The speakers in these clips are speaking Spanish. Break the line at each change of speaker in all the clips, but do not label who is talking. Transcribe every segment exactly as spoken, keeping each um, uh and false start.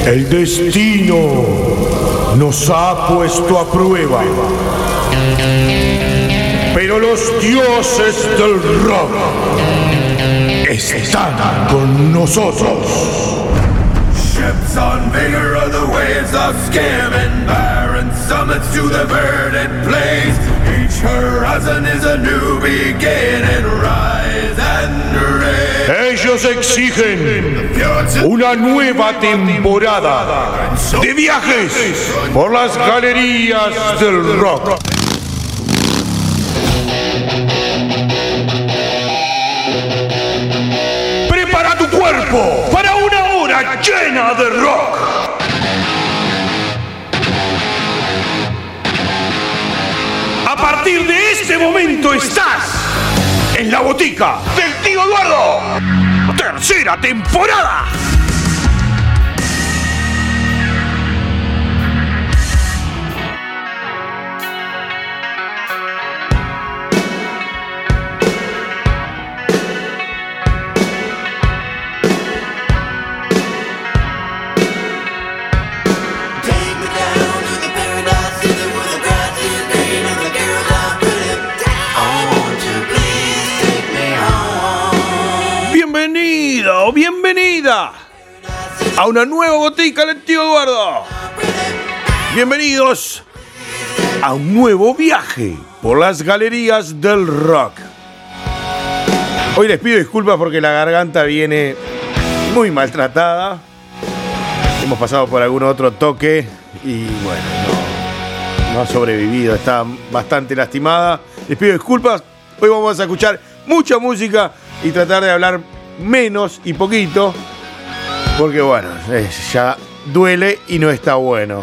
El destino nos ha puesto a prueba, pero los dioses del rock están con nosotros.
Ships on vigor of the waves of scam and barren summits to the verdant plains. Each horizon is a new beginning. Rise and reign.
Ellos exigen una nueva temporada de viajes por las galerías del rock. Prepara tu cuerpo para una hora llena de rock. A partir de este momento estás en la botica del tío Eduardo. Tercera temporada. Bienvenido, bienvenida a una nueva botica del tío Eduardo. Bienvenidos a un nuevo viaje por las galerías del rock. Hoy les pido disculpas porque la garganta viene muy maltratada. Hemos pasado por algún otro toque y bueno, no, no ha sobrevivido, está bastante lastimada. Les pido disculpas. Hoy vamos a escuchar mucha música y tratar de hablar menos y poquito, porque bueno, eh, ya duele y no está bueno.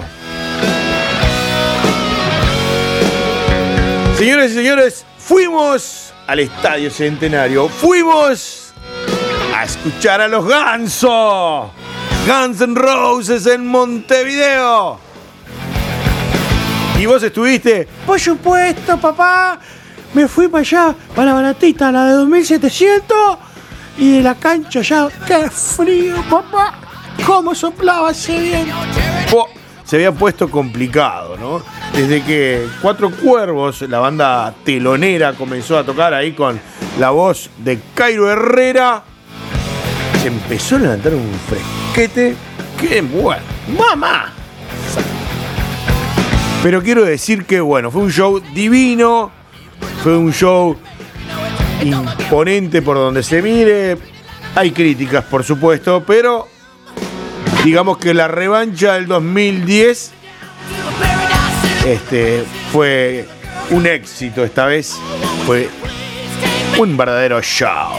Señores y señores, fuimos al Estadio Centenario, fuimos a escuchar a los Ganso, Guns N' Roses en Montevideo. ¿Y vos estuviste?
Por supuesto, papá. Me fui para allá, para la baratita, la de dos mil setecientos. Y de la cancha ya, qué frío, papá. Cómo soplaba ese viento.
Oh, se había puesto complicado, ¿no? Desde que Cuatro Cuervos, la banda telonera, comenzó a tocar ahí con la voz de Cairo Herrera, se empezó a levantar un fresquete. ¡Qué bueno! ¡Mamá! Pero quiero decir que, bueno, fue un show divino. Fue un show imponente por donde se mire. Hay críticas, por supuesto, pero digamos que la revancha del dos mil diez este, fue un éxito esta vez. Fue un verdadero show.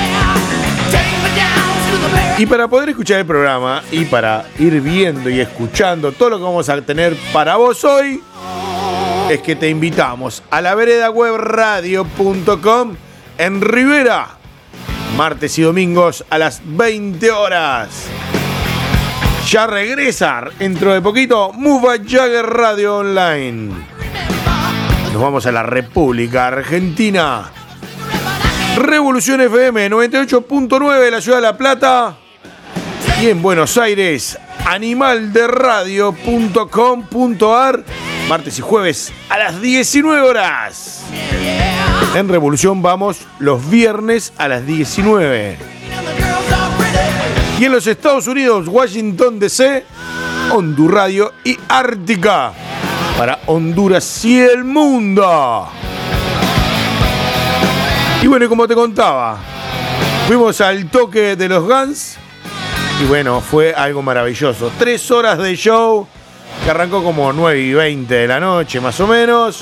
Y para poder escuchar el programa y para ir viendo y escuchando todo lo que vamos a tener para vos hoy, es que te invitamos a la vereda web radio punto com en Rivera, martes y domingos a las veinte horas. Ya regresa dentro de poquito Mufa Jagger Radio Online. Nos vamos a la República Argentina. Revolución F M noventa y ocho punto nueve de la ciudad de La Plata. Y en Buenos Aires, animal de radio punto com punto ar, martes y jueves a las diecinueve horas. En Revolución vamos los viernes a las diecinueve. Y en los Estados Unidos, Washington D C, Hondurradio y Ártica para Honduras y el mundo. Y bueno, y como te contaba, fuimos al toque de los Guns y bueno, fue algo maravilloso. Tres horas de show que arrancó como nueve y veinte de la noche más o menos.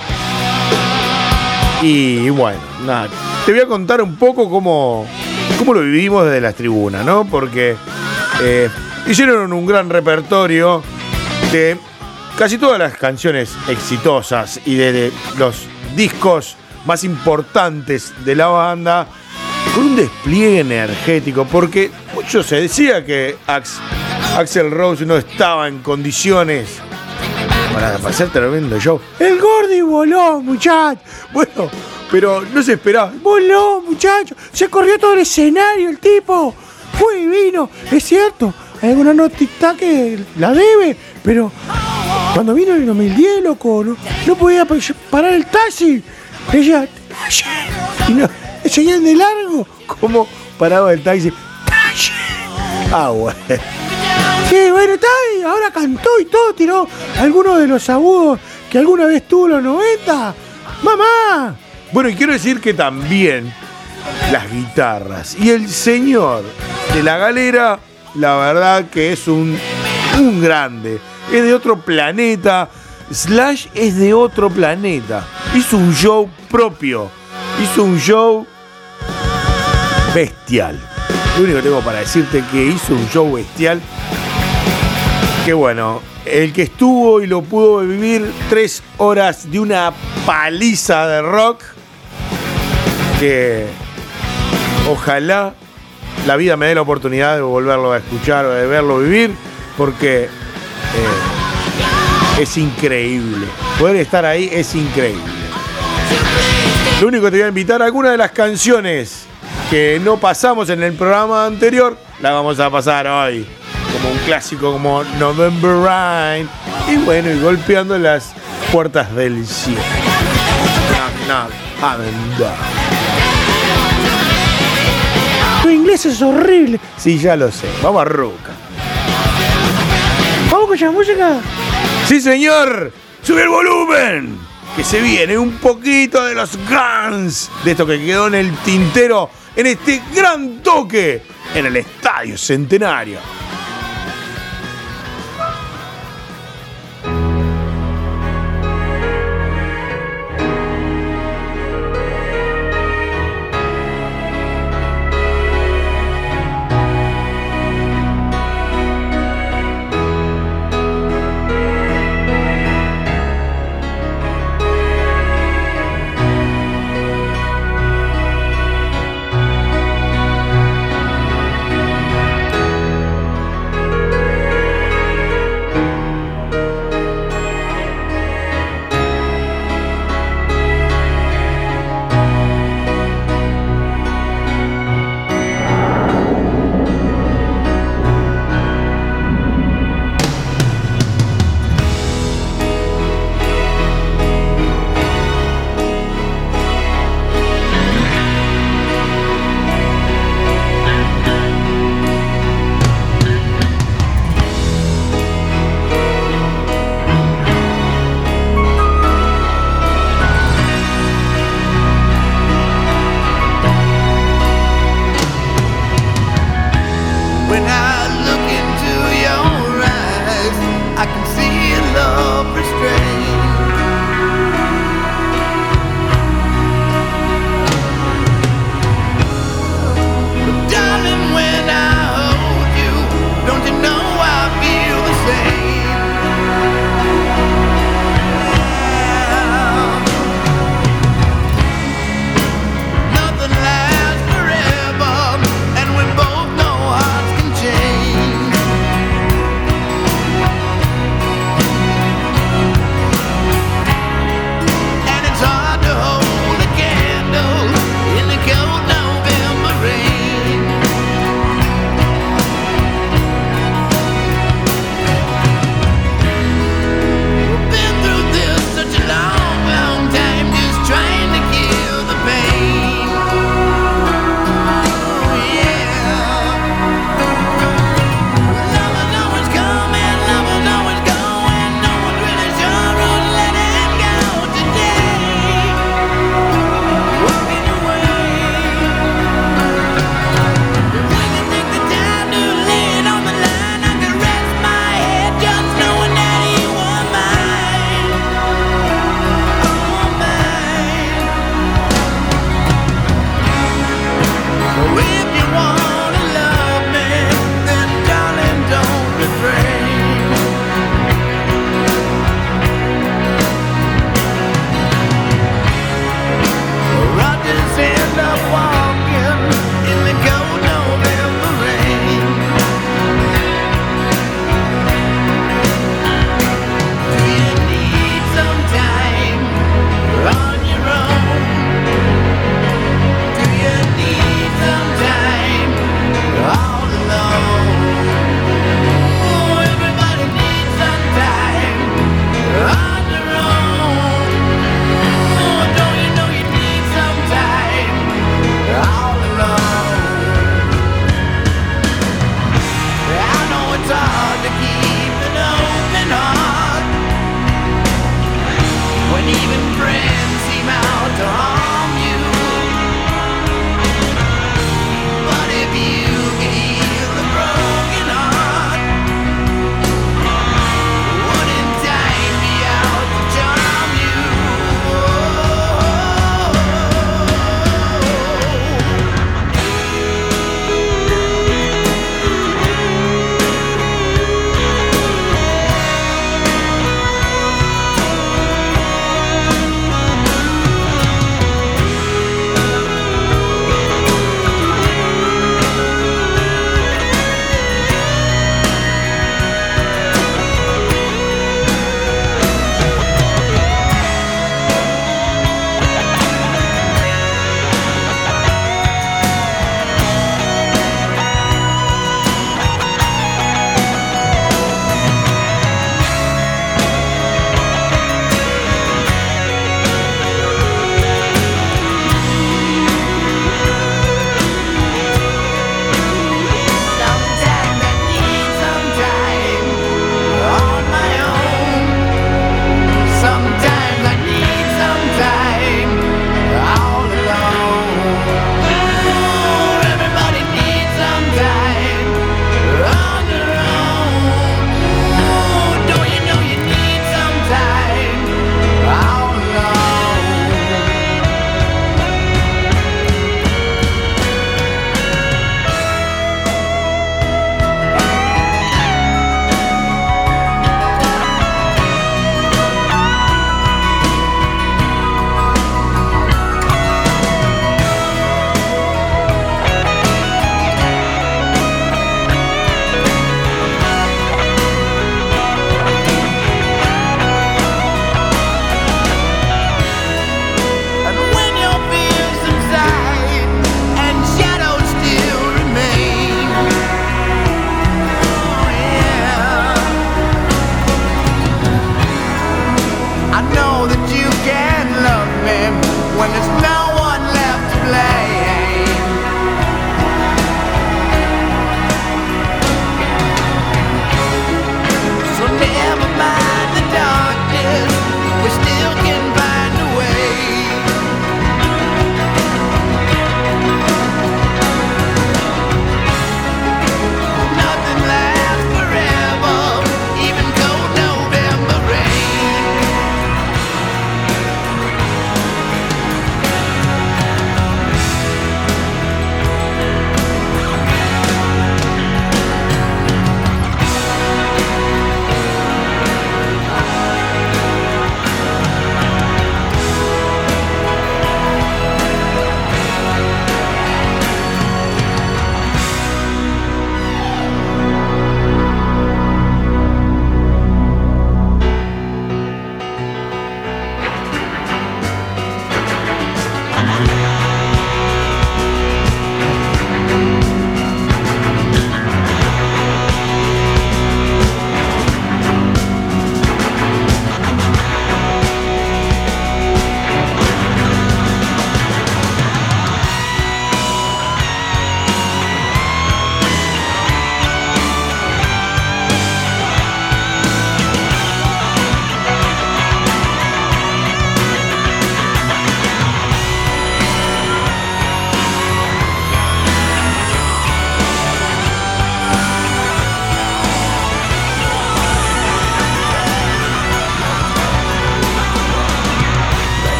Y bueno, nada, te voy a contar un poco cómo, cómo lo vivimos desde las tribunas, ¿no? Porque eh, hicieron un gran repertorio de casi todas las canciones exitosas y de, de los discos más importantes de la banda, con un despliegue energético, porque mucho se decía que Ax, Axl Rose no estaba en condiciones para hacer tremendo show.
El Gordy voló, muchacho.
Bueno, pero no se esperaba.
Voló, muchacho. Se corrió todo el escenario el tipo. Fue divino. Es cierto. hay alguna notita que la debe, pero cuando vino en el dos mil diez, loco, no, no podía parar el taxi. Ella, y no, seguían de largo.
¿Cómo paraba el taxi? Ah, bueno.
Sí, bueno, está ahí, ahora cantó y todo, tiró algunos de los agudos que alguna vez tuvo en los noventa. ¡Mamá!
Bueno, y quiero decir que también las guitarras y el señor de la galera, la verdad que es un, un grande. Es de otro planeta. Slash es de otro planeta. Hizo un show propio. Hizo un show bestial. Lo único que tengo para decirte que hizo un show bestial. Que bueno, el que estuvo y lo pudo vivir tres horas de una paliza de rock. Que ojalá la vida me dé la oportunidad de volverlo a escuchar o de verlo vivir. Porque eh, es increíble. Poder estar ahí es increíble. Lo único que te voy a invitar a alguna de las canciones que no pasamos en el programa anterior, la vamos a pasar hoy. Como un clásico como November Rain. Y bueno, y golpeando las puertas del cielo. Knock, knock, heaven down.
Tu inglés es horrible.
Sí, ya lo sé. Vamos a Ruca.
¿Vamos con la música?
¡Sí, señor! ¡Sube el volumen! Que se viene un poquito de los Guns. De esto que quedó en el tintero en este gran toque en el Estadio Centenario.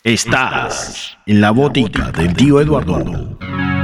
Estás en la botica del tío Eduardo.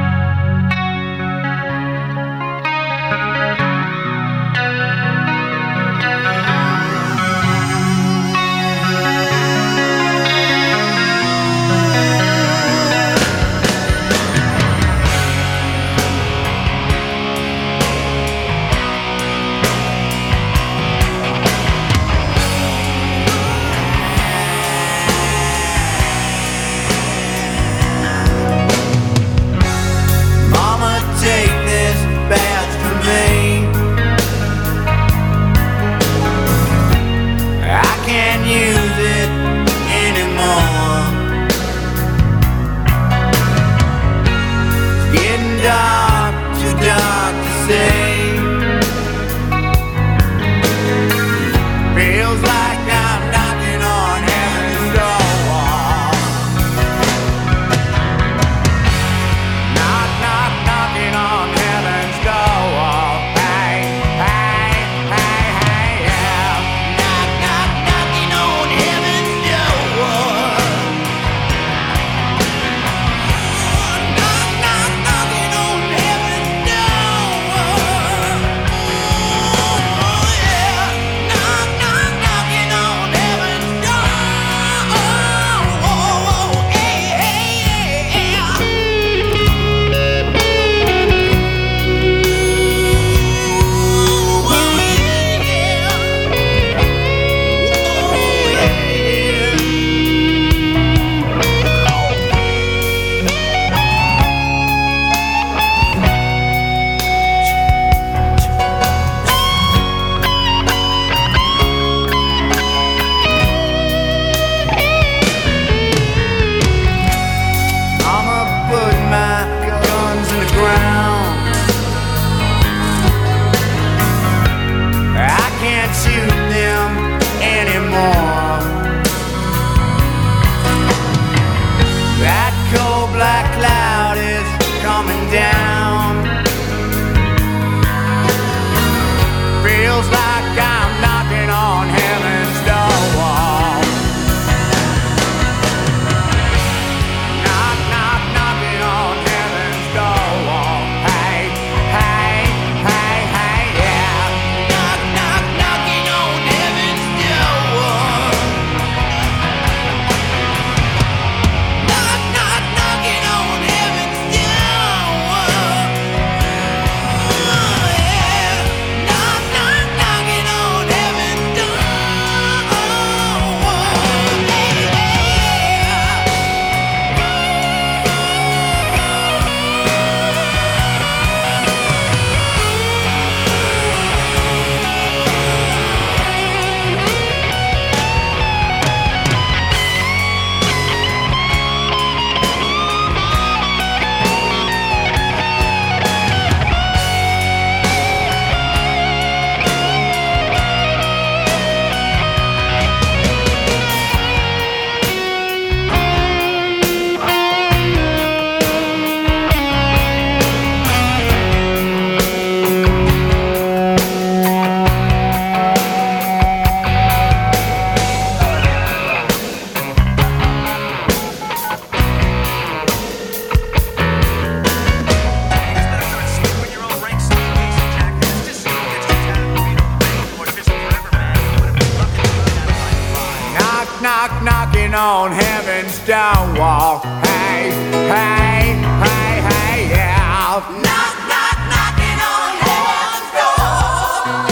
On heaven's stone wall. Hey, hey, hey, hey, yeah. Knock, knock, knocking on heaven's door.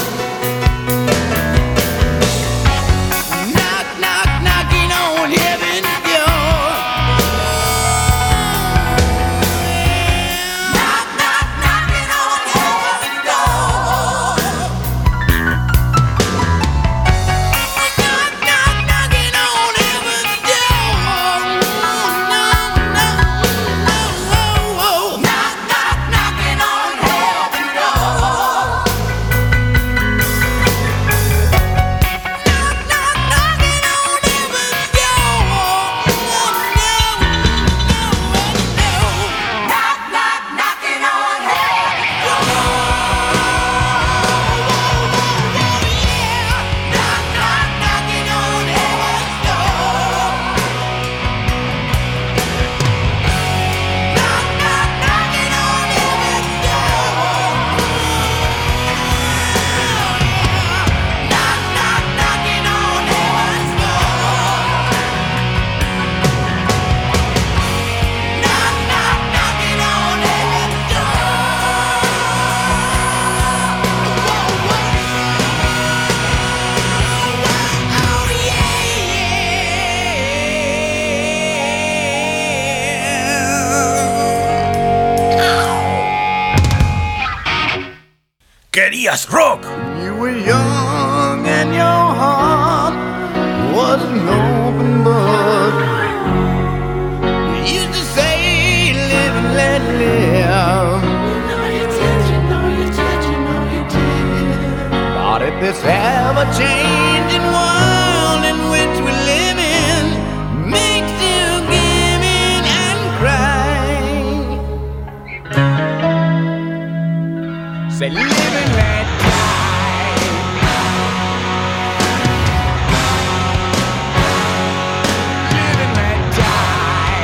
Knock, knock, knocking on heaven's door. Knock, knock, knocking on heaven's door. Knock, knock, knocking on heaven's door.
querías rock.
You were young and your heart was an open book. You used to say, live and let live. But if this ever-changing world in which we live in makes you give in and cry, say live and let die. Live and let die.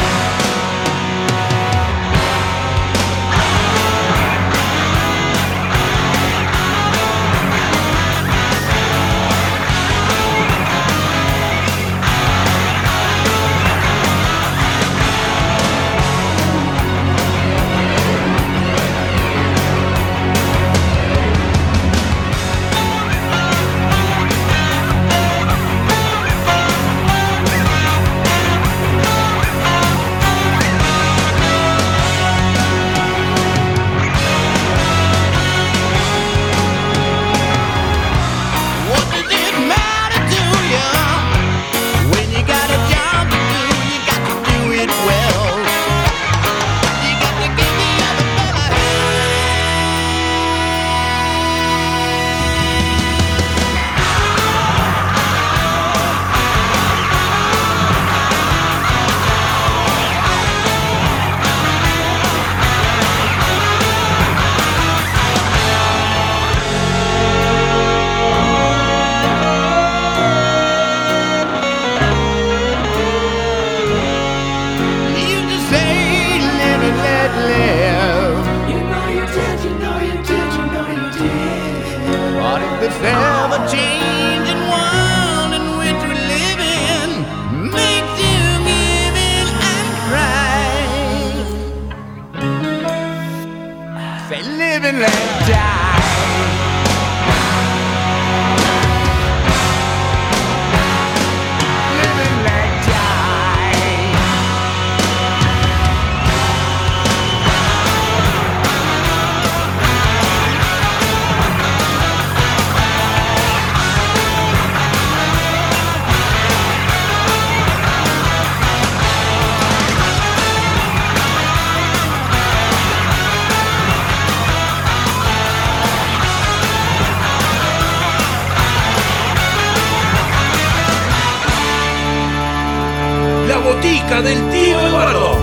Botica del tío Eduardo.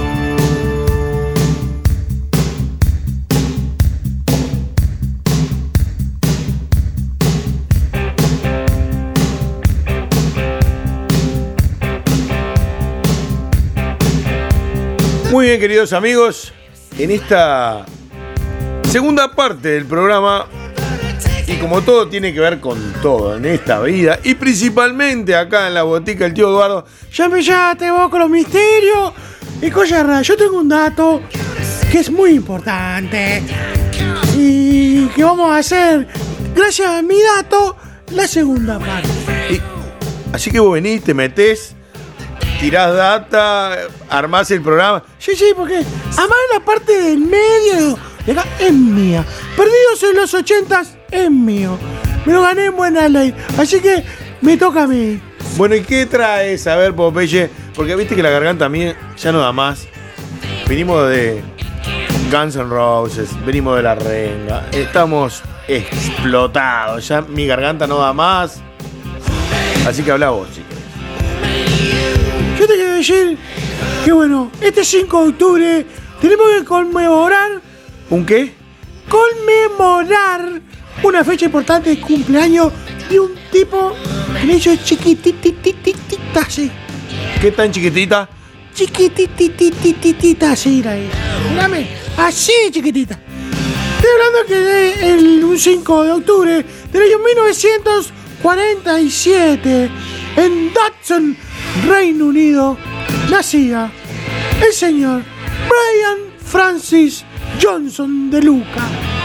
Muy bien, queridos amigos, en esta segunda parte del programa, y como todo tiene que ver con todo en esta vida, y principalmente acá en la botica del tío Eduardo,
ya empezaste vos con los misterios y cosas raras. Yo tengo un dato que es muy importante y que vamos a hacer, gracias a mi dato, la segunda parte.
Y, así que vos venís, te metés, tirás data, armás el programa.
Sí, sí, porque además la parte del medio de acá es mía. Perdidos en los ochentas es mío. Me lo gané en buena ley. Así que me toca a mí.
Bueno, ¿y qué traes? A ver, Popeye, porque viste que la garganta mía ya no da más. Venimos de Guns N' Roses, venimos de La Renga, estamos explotados, ya mi garganta no da más. Así que habla vos, si querés.
Yo te quiero decir que bueno, este cinco de octubre tenemos que conmemorar.
¿Un qué?
Conmemorar una fecha importante de cumpleaños de un tipo que le hizo chiquititititita así.
¿Qué tan chiquitita?
Chiquitititititita así, ahí. Mírame, así chiquitita. Estoy hablando que de el, un cinco de octubre del año mil novecientos cuarenta y siete, en Dodson, Reino Unido, nacía el señor Brian Francis Johnson de Luca.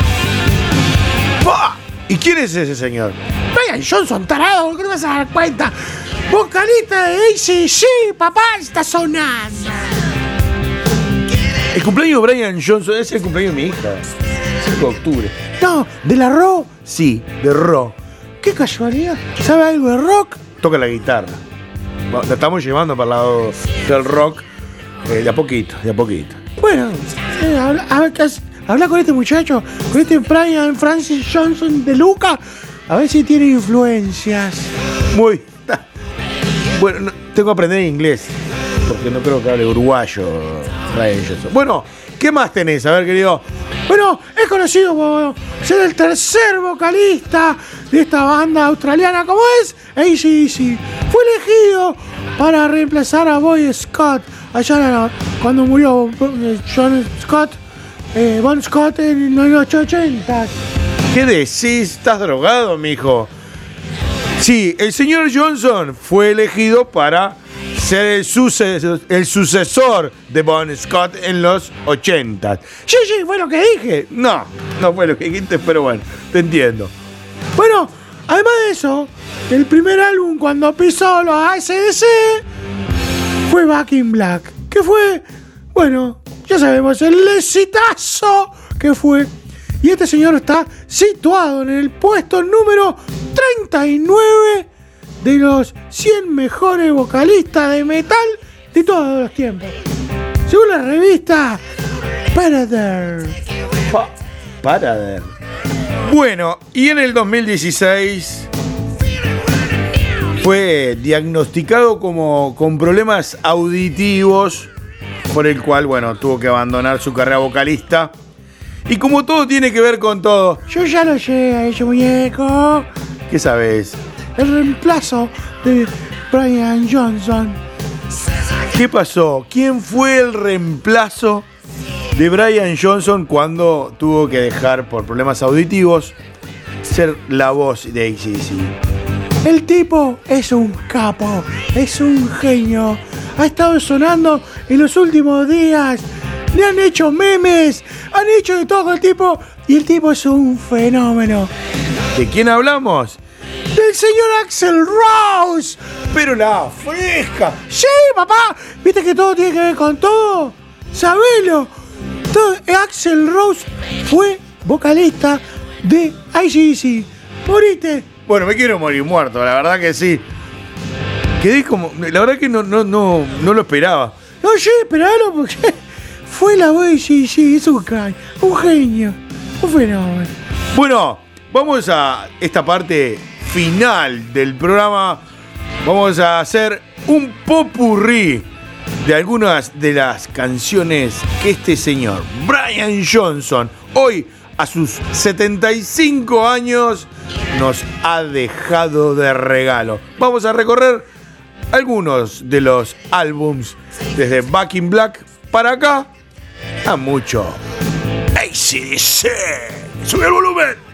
¡Pah! ¿Y quién es ese señor?
Brian Johnson, tarado, ¿qué te vas a dar cuenta? Vocalista de A C C, papá, está sonando.
El cumpleaños de Brian Johnson es el cumpleaños de mi hija. cinco de octubre.
No, ¿de la rock?
Sí, de rock.
Qué casualidad. ¿Sabe algo de rock?
Toca la guitarra. Bueno, la estamos llevando para el lado del rock eh, de a poquito, de a poquito.
Bueno, eh, habla, habla, habla con este muchacho, con este Brian Francis Johnson de Luca, a ver si tiene influencias.
Muy. Bueno, no, tengo que aprender inglés, porque no creo que hable uruguayo, Brian Johnson. Bueno, ¿qué más tenés? A ver, querido.
Bueno, es conocido por ser el tercer vocalista de esta banda australiana, como es A C D C. Fue elegido para reemplazar a Boy Scott allá la, cuando murió John Scott, eh, Bon Scott en los ochenta.
¿Qué decís? ¿Estás drogado, mijo? Sí, el señor Johnson fue elegido para ser el sucesor, el sucesor de Bon Scott en los ochenta.
Sí, sí, fue lo que dije.
No, no fue lo que dijiste, pero bueno, te entiendo.
Bueno, además de eso, el primer álbum cuando pisó los A C D C fue Back in Black, que fue, bueno, ya sabemos, el exitazo que fue. Y este señor está situado en el puesto número treinta y nueve de los cien mejores vocalistas de metal de todos los tiempos, según la revista Parader.
Pa Parader. Bueno, y en el dos mil dieciséis fue diagnosticado como con problemas auditivos, por el cual, bueno, tuvo que abandonar su carrera vocalista. Y como todo tiene que ver con todo,
yo ya lo sé a ese muñeco.
¿Qué sabes?
El reemplazo de Brian Johnson.
¿Qué pasó? ¿Quién fue el reemplazo de Brian Johnson cuando tuvo que dejar por problemas auditivos ser la voz de A C D C?
El tipo es un capo, es un genio. Ha estado sonando en los últimos días. Le han hecho memes, han hecho de todo el tipo. Y el tipo es un fenómeno.
¿De quién hablamos?
Del señor Axl Rose.
Pero la fresca.
Sí, papá. ¿Viste que todo tiene que ver con todo? Sabelo. Todo, Axl Rose fue vocalista de A C D C. Morite.
Bueno, me quiero morir muerto, la verdad que sí. Quedé como... La verdad que no, no, no, no lo esperaba.
No, sí, esperalo porque fue la voz de A C D C. Es un crack, un genio, un fenómeno.
Bueno, vamos a esta parte final del programa. Vamos a hacer un popurrí de algunas de las canciones que este señor Brian Johnson, hoy a sus setenta y cinco años, nos ha dejado de regalo. Vamos a recorrer algunos de los álbums desde Back in Black para acá a mucho A C D C. ¡Sube el volumen!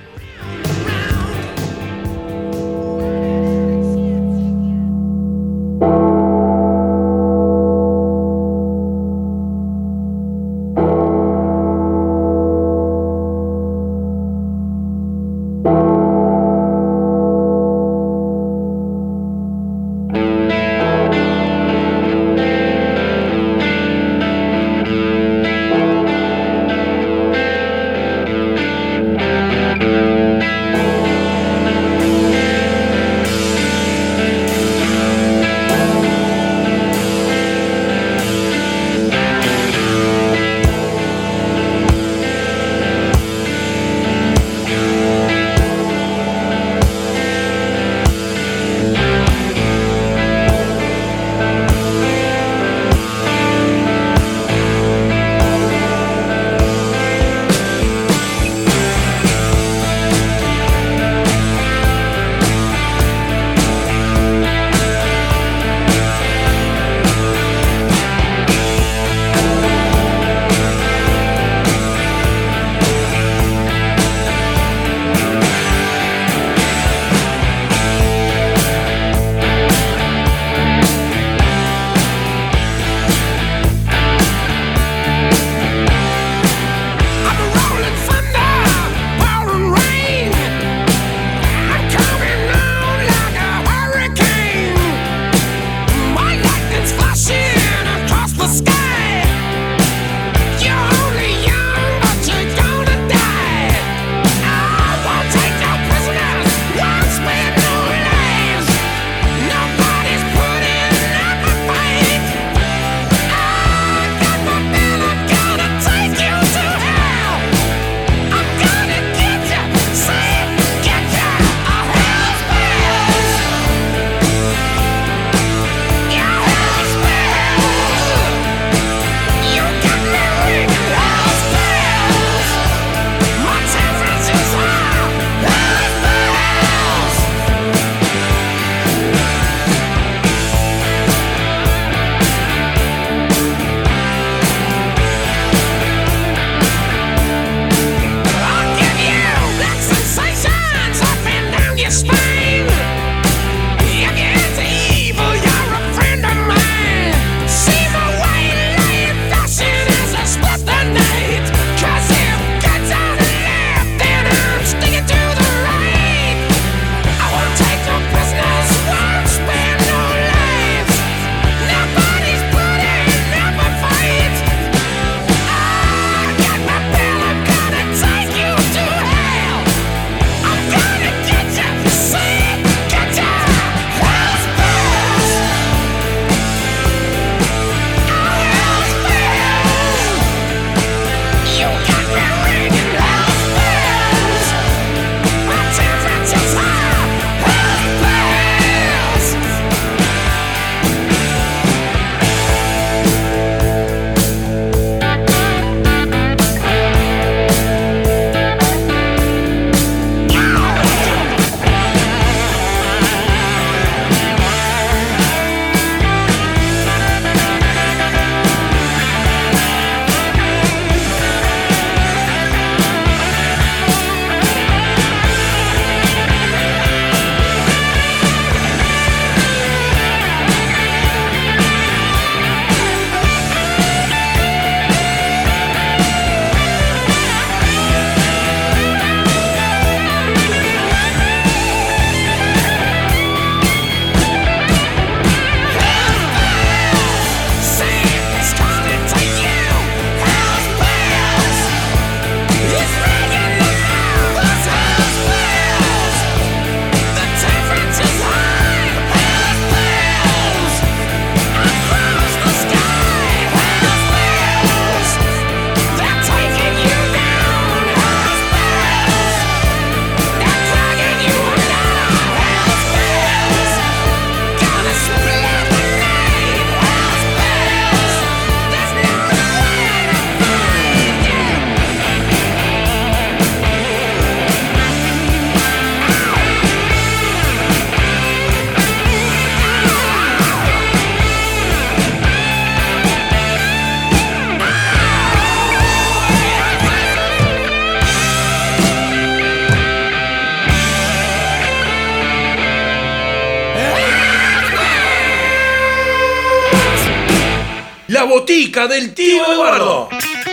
botica del tío Eduardo.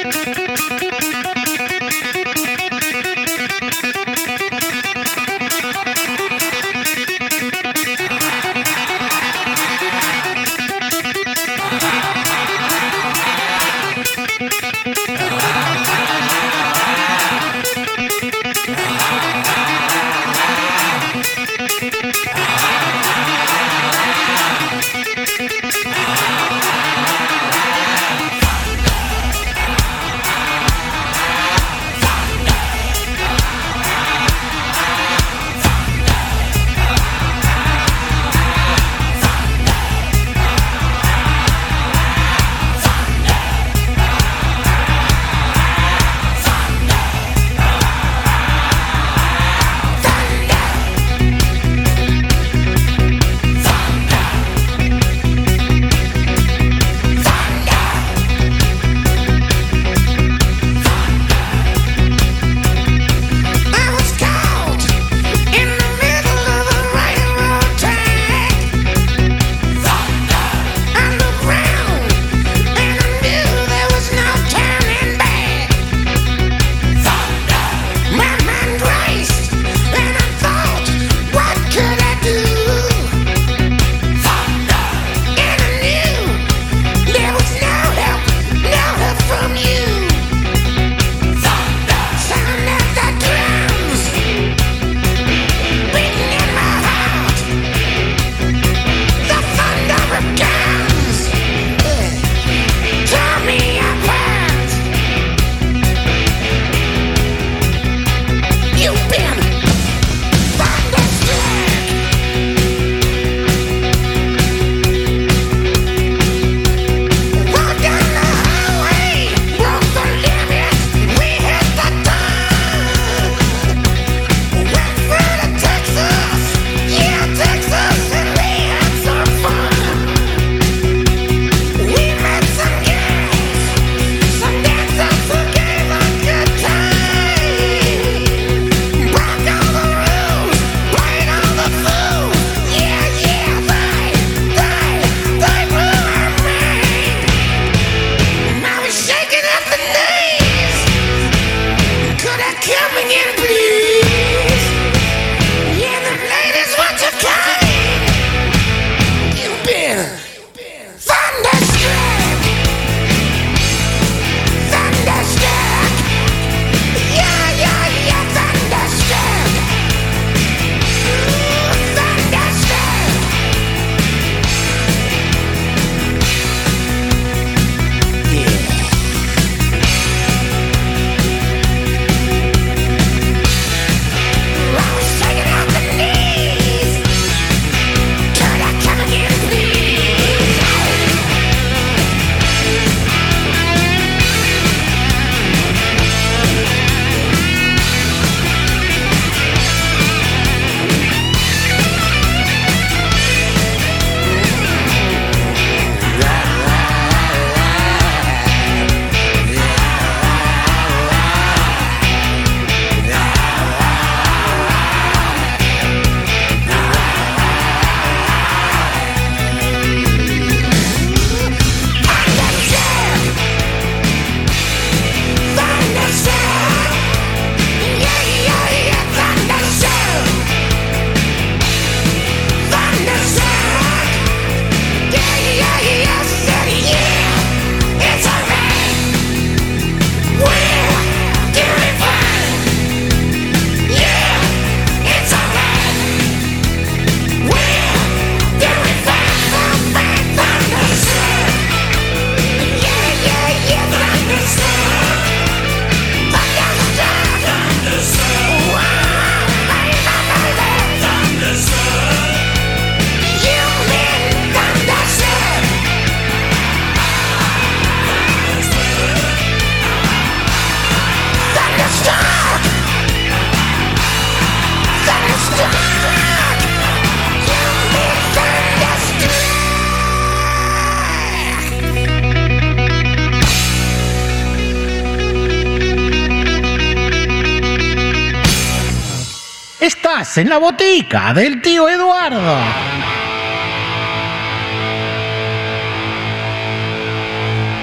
Estás en la botica del tío Eduardo.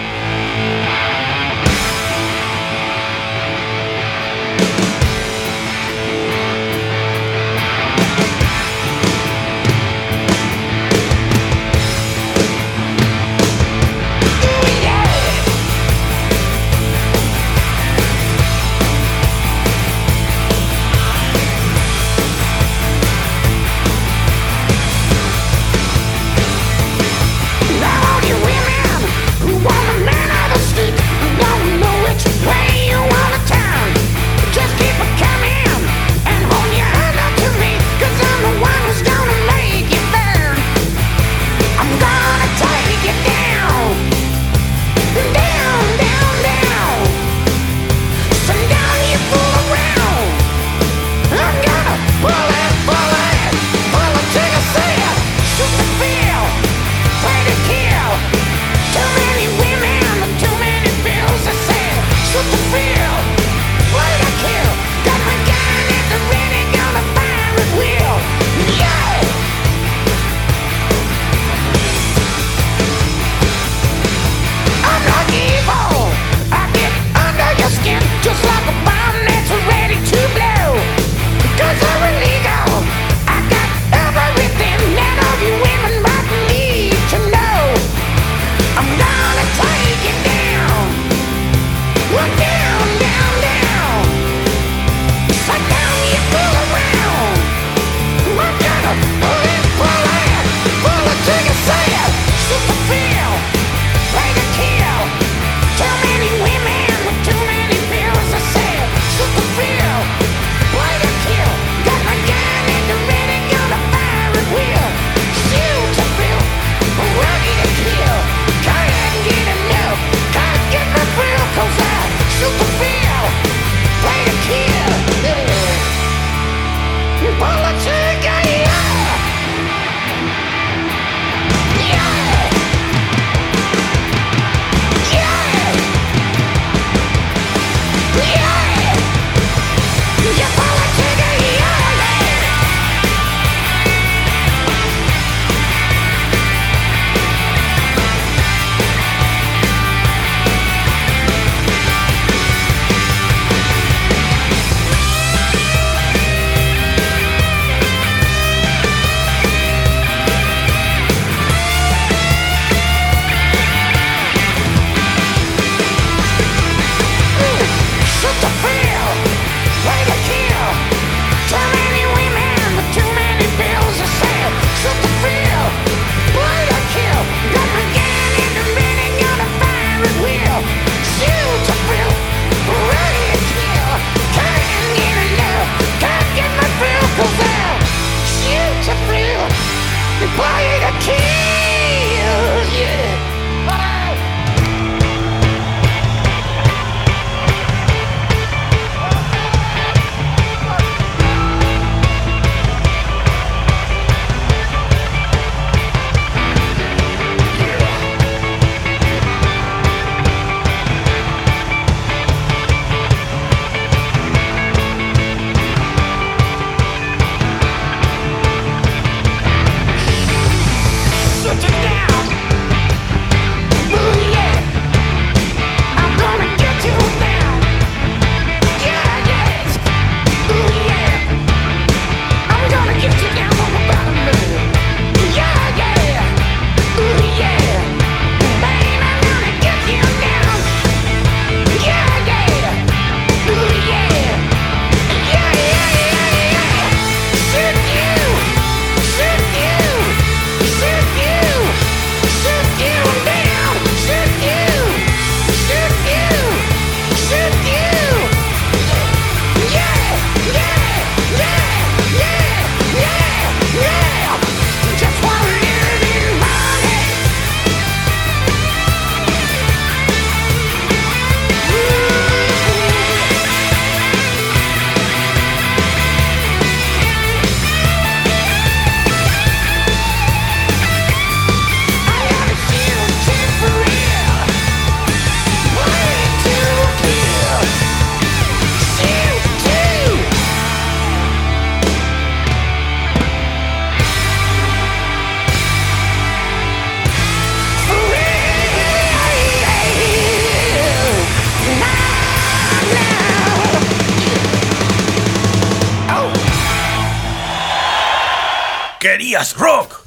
¿Querías rock?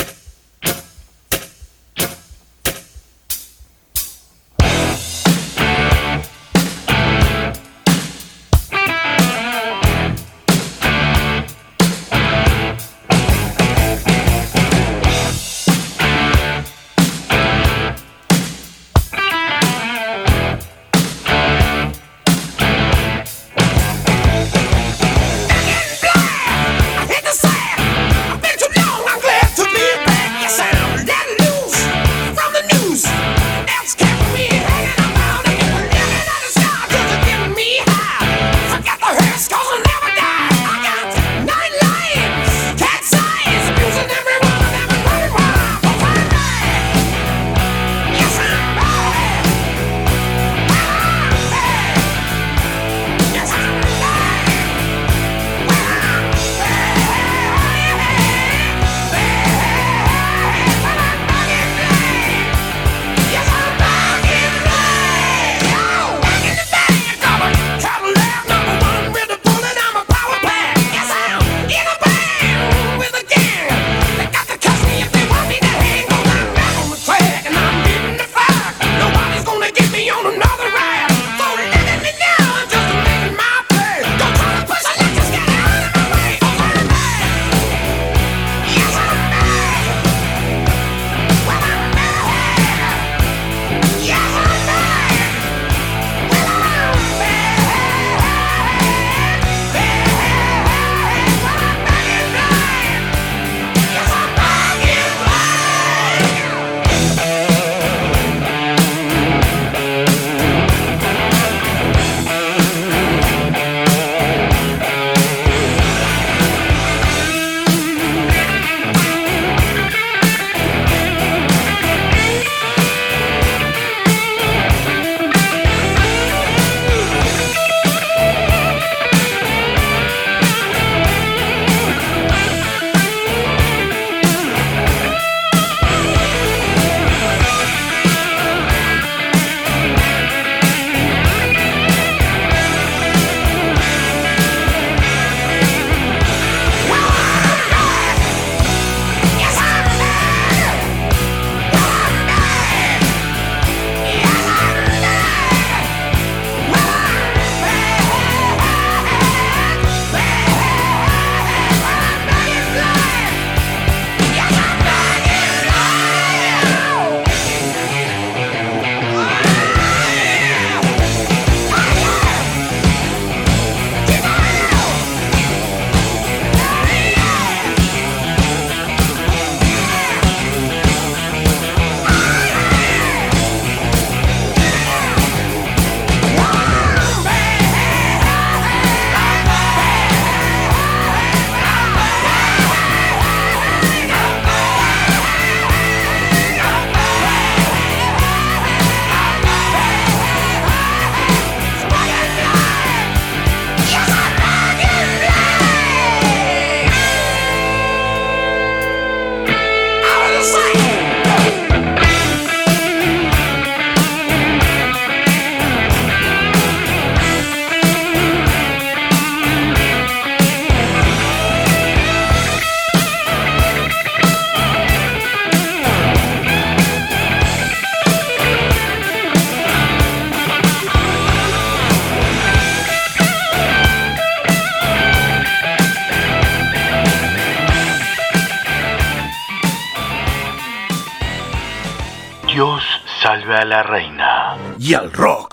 Dios salve a la reina.
Y al rock.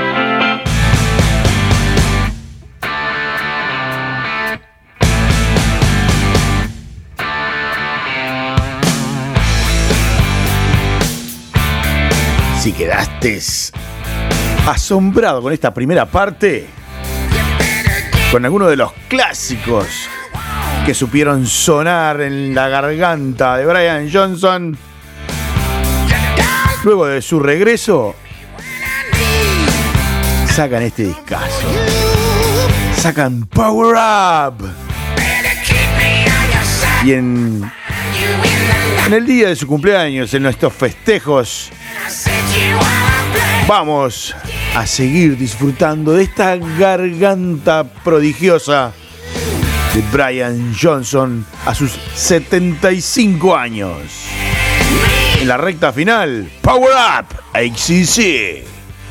Si quedaste asombrado con esta primera parte, con algunos de los clásicos que supieron sonar en la garganta de Brian Johnson, luego de su regreso, sacan este discazo. Sacan Power Up. Y en, en el día de su cumpleaños, en nuestros festejos, vamos a seguir disfrutando de esta garganta prodigiosa de Brian Johnson a sus setenta y cinco años. En la recta final, Power Up, A C C.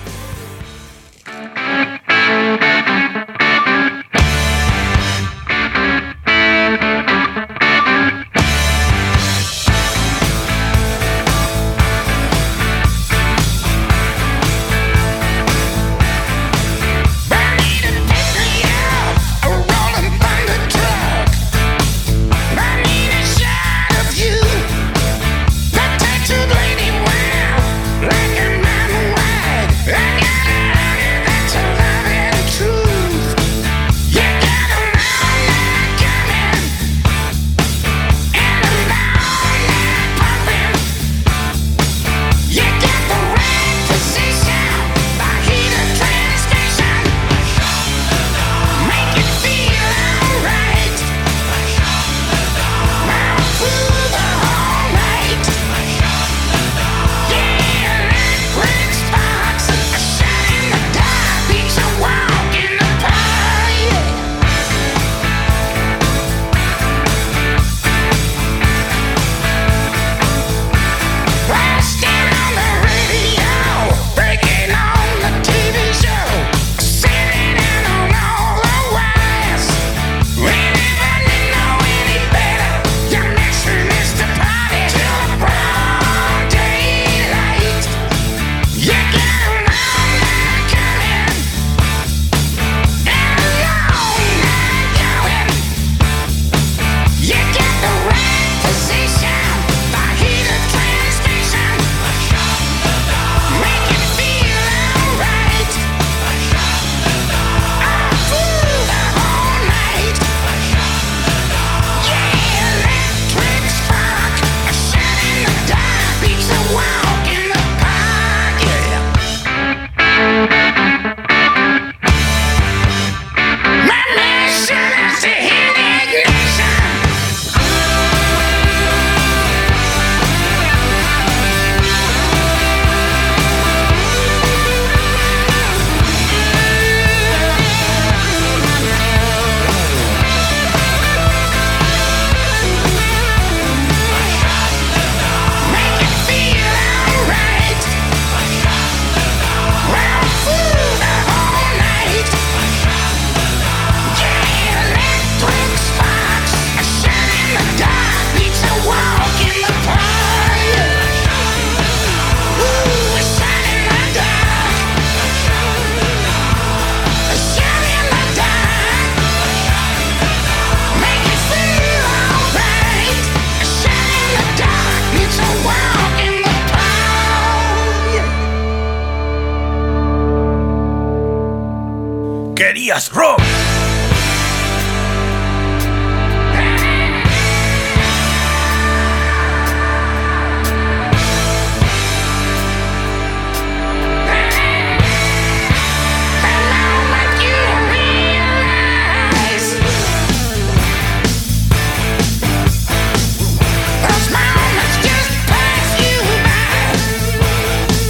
Querías rock.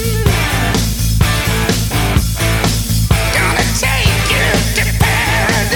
Gonna take you to paradise.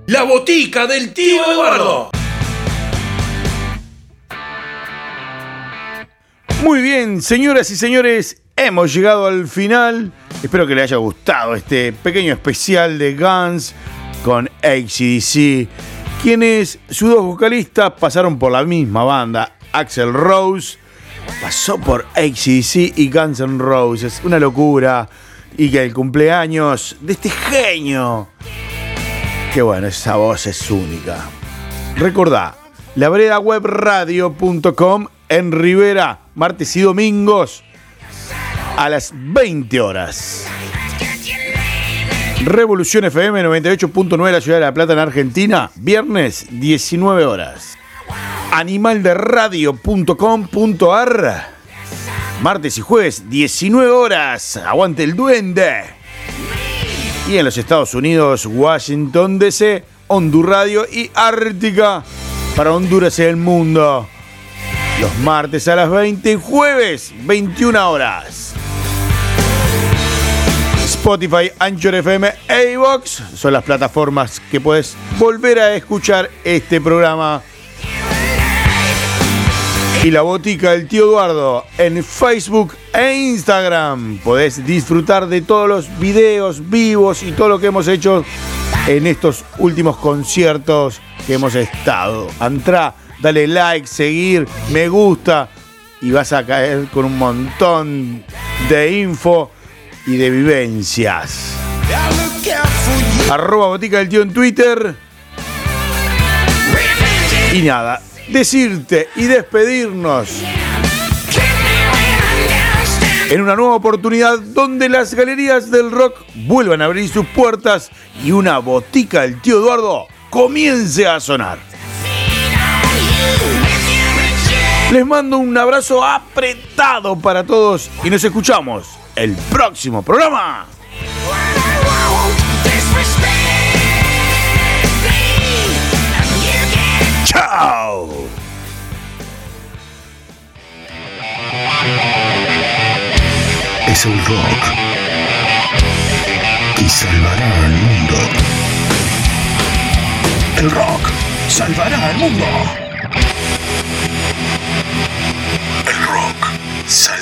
La botica del tío Eduardo.
Muy bien, señoras y señores, hemos llegado al final. Espero que les haya gustado este pequeño especial de Guns con A C D C, quienes sus dos vocalistas pasaron por la misma banda. Axl Rose pasó por A C D C y Guns N' Roses. Una locura. Y que el cumpleaños de este genio, que bueno, esa voz es única. Recordá, la vereda web radio punto com en Rivera, martes y domingos a las veinte horas. Revolución F M noventa y ocho punto nueve, la ciudad de La Plata, en Argentina, viernes diecinueve horas. animal de radio punto com punto a r, martes y jueves diecinueve horas. Aguante el duende. Y en los Estados Unidos, Washington D C, Hondurradio y Ártica para Honduras y el mundo. Los martes a las veinte y jueves veintiuna horas. Spotify, Anchor F M e iVoox son las plataformas que puedes volver a escuchar este programa. Y la botica del tío Eduardo en Facebook e Instagram. Podés disfrutar de todos los videos vivos y todo lo que hemos hecho en estos últimos conciertos que hemos estado. Entrá, dale like, seguir, me gusta y vas a caer con un montón de info y de vivencias. Arroba botica del tío en Twitter. Y nada, decirte y despedirnos en una nueva oportunidad donde las galerías del rock vuelvan a abrir sus puertas y una botica del tío Eduardo comience a sonar. Les mando un abrazo apretado para todos y nos escuchamos el próximo programa. ¡Chao!
Es el rock y salvará al mundo. El rock salvará al mundo. El rock salvará.